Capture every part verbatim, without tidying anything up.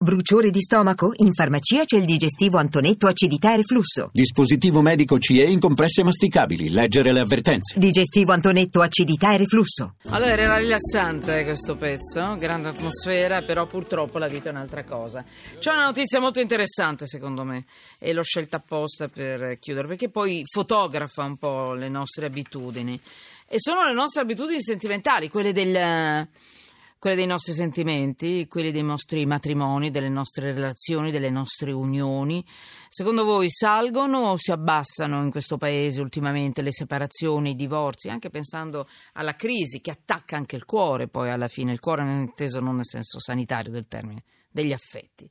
Bruciore di stomaco? In farmacia c'è il digestivo Antonetto acidità e reflusso. Dispositivo medico C E in compresse masticabili. Leggere le avvertenze. Digestivo Antonetto acidità e reflusso. Allora, era rilassante questo pezzo, grande atmosfera, però purtroppo la vita è un'altra cosa. C'è una notizia molto interessante secondo me e l'ho scelta apposta per chiudere, perché poi fotografa un po' le nostre abitudini. E sono le nostre abitudini sentimentali, quelle del... quelle dei nostri sentimenti, quelli dei nostri matrimoni, delle nostre relazioni, delle nostre unioni. Secondo voi salgono o si abbassano in questo paese ultimamente le separazioni, i divorzi, anche pensando alla crisi che attacca anche il cuore, poi alla fine, il cuore inteso non nel senso sanitario del termine, degli affetti.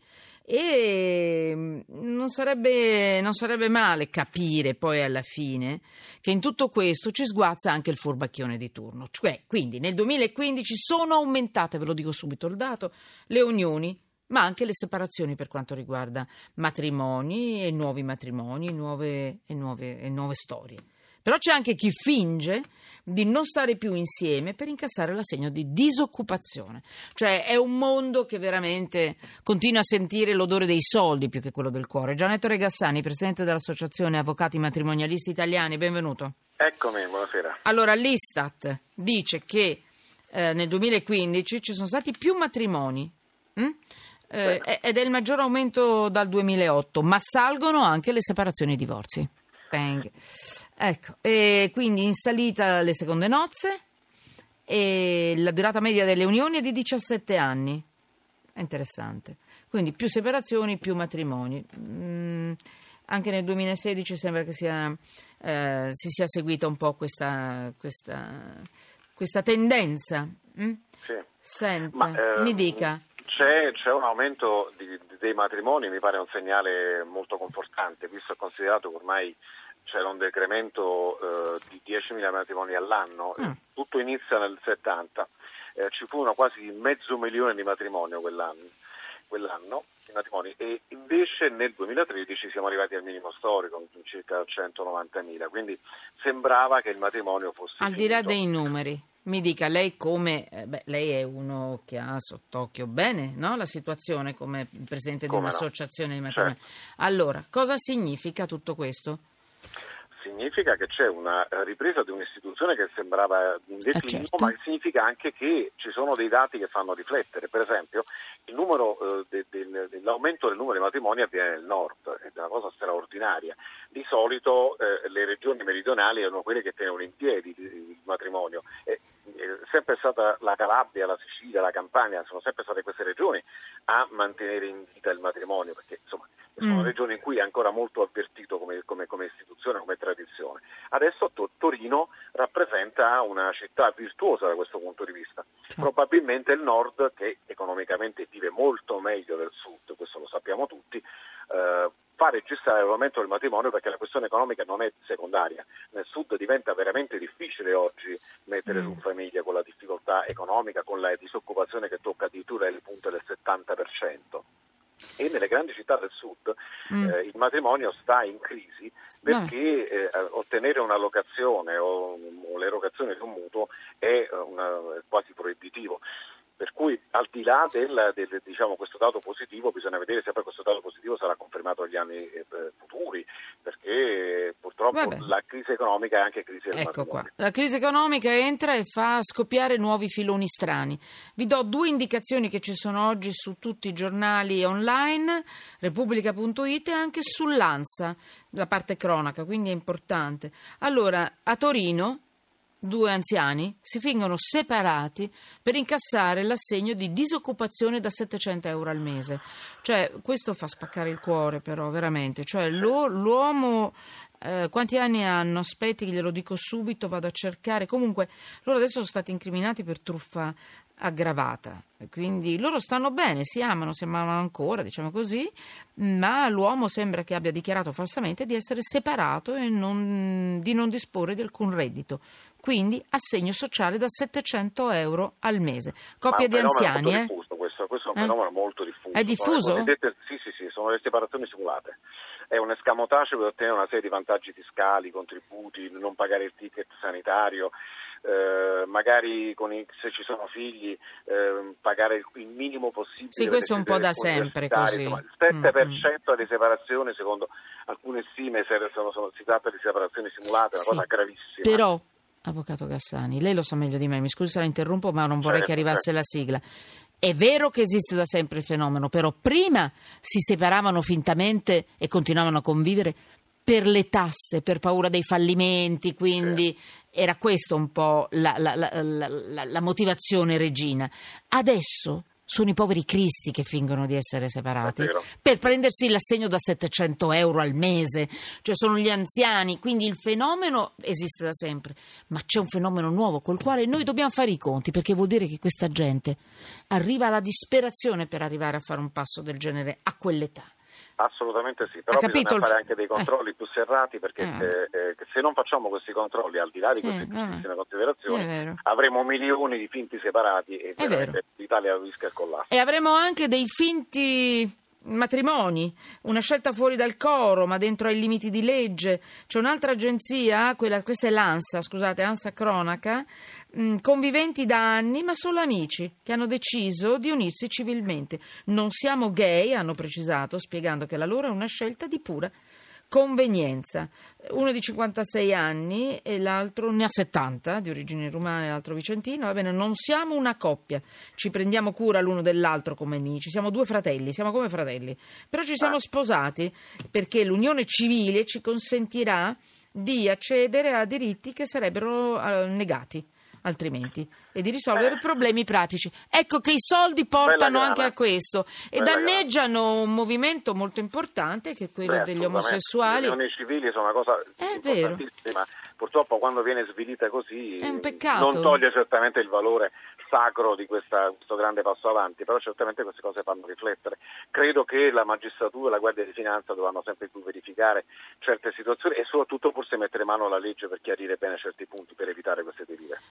E non sarebbe, non sarebbe male capire poi alla fine che in tutto questo ci sguazza anche il furbacchione di turno. Cioè, quindi nel duemilaquindici sono aumentate, ve lo dico subito il dato, le unioni, ma anche le separazioni per quanto riguarda matrimoni e nuovi matrimoni, nuove, e nuove, e nuove storie. Però c'è anche chi finge di non stare più insieme per incassare l'assegno di disoccupazione. Cioè è un mondo che veramente continua a sentire l'odore dei soldi più che quello del cuore. Gianetto Regassani, presidente dell'Associazione Avvocati Matrimonialisti Italiani, benvenuto. Eccomi, buonasera. Allora, l'Istat dice che eh, nel duemilaquindici ci sono stati più matrimoni hm? eh, ed è il maggior aumento dal duemilaotto, ma salgono anche le separazioni e i divorzi. Bang. Ecco, e quindi in salita le seconde nozze e la durata media delle unioni è di diciassette anni. È interessante. Quindi più separazioni, più matrimoni. Mm, anche nel duemilasedici sembra che sia, eh, si sia seguita un po' questa, questa, questa tendenza. Mm? Sì. Senta, Ma, eh, mi dica. C'è, c'è un aumento di, dei matrimoni, mi pare un segnale molto confortante, visto e considerato che ormai c'era un decremento eh, di diecimila matrimoni all'anno. Mm. Tutto inizia nel settanta, eh, ci furono quasi mezzo milione di matrimoni quell'anno, quell'anno di matrimoni, e invece nel duemilatredici siamo arrivati al minimo storico, circa centonovantamila, quindi sembrava che il matrimonio fosse al finito. Di là dei numeri, mi dica lei come, eh, beh, lei è uno che ha sott'occhio bene, no? La situazione come presidente di Come un'associazione no? di matrimoni. Certo. Allora, cosa significa tutto questo? Significa che c'è una ripresa di un'istituzione che sembrava indefinita, eh certo. ma significa anche che ci sono dei dati che fanno riflettere. Per esempio, il numero eh, de, de, dell'aumento del numero di matrimoni avviene nel nord, è una cosa straordinaria. Di solito eh, le regioni meridionali erano quelle che tenevano in piedi il, il matrimonio. È, è sempre stata la Calabria, la Sicilia, la Campania, sono sempre state queste regioni a mantenere in vita il matrimonio, perché insomma sono mm. regioni in cui è ancora molto avvertito come, come, come istituzione, come tradizione. Adesso Torino rappresenta una città virtuosa da questo punto di vista. Probabilmente il nord, che economicamente vive molto meglio del sud, questo lo sappiamo tutti, eh, fa registrare l'aumento del matrimonio perché la questione economica non è secondaria. Nel sud diventa veramente difficile oggi mettere su famiglia con la difficoltà economica, con la disoccupazione che tocca addirittura il punto del settanta per cento. E nelle grandi città del sud mm. eh, il matrimonio sta in crisi perché eh, ottenere una locazione o, o l'erogazione di un mutuo è, una, è quasi proibitivo. Per cui al di là del, del diciamo questo dato positivo bisogna vedere se poi questo dato positivo sarà confermato negli anni eh, futuri, perché purtroppo Vabbè. la crisi economica è anche crisi del Ecco matrimonio. qua. La crisi economica entra e fa scoppiare nuovi filoni strani. Vi do due indicazioni che ci sono oggi su tutti i giornali online, Repubblica punto it e anche sull'Ansa, la parte cronaca, quindi è importante. Allora, a Torino due anziani si fingono separati per incassare l'assegno di disoccupazione da settecento euro al mese. Cioè, questo fa spaccare il cuore, però, veramente. Cioè, l'uomo, eh, quanti anni hanno? Aspetti, glielo dico subito, vado a cercare. Comunque, loro adesso sono stati incriminati per truffa aggravata, quindi loro stanno bene, si amano, si amano ancora, diciamo così, ma l'uomo sembra che abbia dichiarato falsamente di essere separato e non, di non disporre di alcun reddito, quindi assegno sociale da settecento euro al mese. Coppia di anziani, eh? Diffuso, questo, questo è un eh? fenomeno molto diffuso. È diffuso? Sì, sì, sì, sono le separazioni simulate. È un escamotage per ottenere una serie di vantaggi fiscali, contributi, non pagare il ticket sanitario. eh, magari con i, se ci sono figli eh, pagare il, il minimo possibile. Sì, questo è un po' da sempre così. Insomma, il sette per cento mm-hmm. di separazioni, secondo alcune stime, sono, sono, si tratta di separazioni simulate, è una sì, cosa gravissima. Però, Avvocato Gassani, lei lo sa meglio di me, mi scusi se la interrompo, ma non vorrei certo, che arrivasse certo. la sigla. È vero che esiste da sempre il fenomeno, però prima si separavano fintamente e continuavano a convivere per le tasse, per paura dei fallimenti, quindi sì. Era questo un po' la, la, la, la, la, la motivazione regina. Adesso sono i poveri cristi che fingono di essere separati per prendersi l'assegno da settecento euro al mese, cioè sono gli anziani, quindi il fenomeno esiste da sempre, ma c'è un fenomeno nuovo col quale noi dobbiamo fare i conti, perché vuol dire che questa gente arriva alla disperazione per arrivare a fare un passo del genere a quell'età. Assolutamente sì, però bisogna fare anche dei controlli eh. più serrati, perché eh. Eh, se non facciamo questi controlli, al di là di sì, queste giustissime considerazioni, avremo milioni di finti separati e veramente l'Italia rischia il collasso. E avremo anche dei finti matrimoni, una scelta fuori dal coro ma dentro ai limiti di legge. C'è un'altra agenzia, quella, questa è l'ANSA, scusate, ANSA Cronaca, mh, conviventi da anni ma solo amici che hanno deciso di unirsi civilmente. Non siamo gay, hanno precisato, spiegando che la loro è una scelta di pura convenienza. Uno di cinquantasei anni e l'altro ne ha settanta, di origini rumane, l'altro vicentino. Va bene, non siamo una coppia, ci prendiamo cura l'uno dell'altro come amici, siamo due fratelli, siamo come fratelli, però ci siamo sposati perché l'unione civile ci consentirà di accedere a diritti che sarebbero uh, negati altrimenti e di risolvere eh. problemi pratici. Ecco che i soldi portano anche a questo e Bella danneggiano gana. un movimento molto importante che è quello Beh, degli omosessuali. Le unioni civili sono una cosa è importantissima. Vero. Purtroppo quando viene svilita così è un peccato. Non toglie certamente il valore sacro di questa, questo grande passo avanti, però certamente queste cose fanno riflettere. Credo che la magistratura e la Guardia di Finanza dovranno sempre più verificare certe situazioni e soprattutto forse mettere mano alla legge per chiarire bene certi punti per evitare queste derive.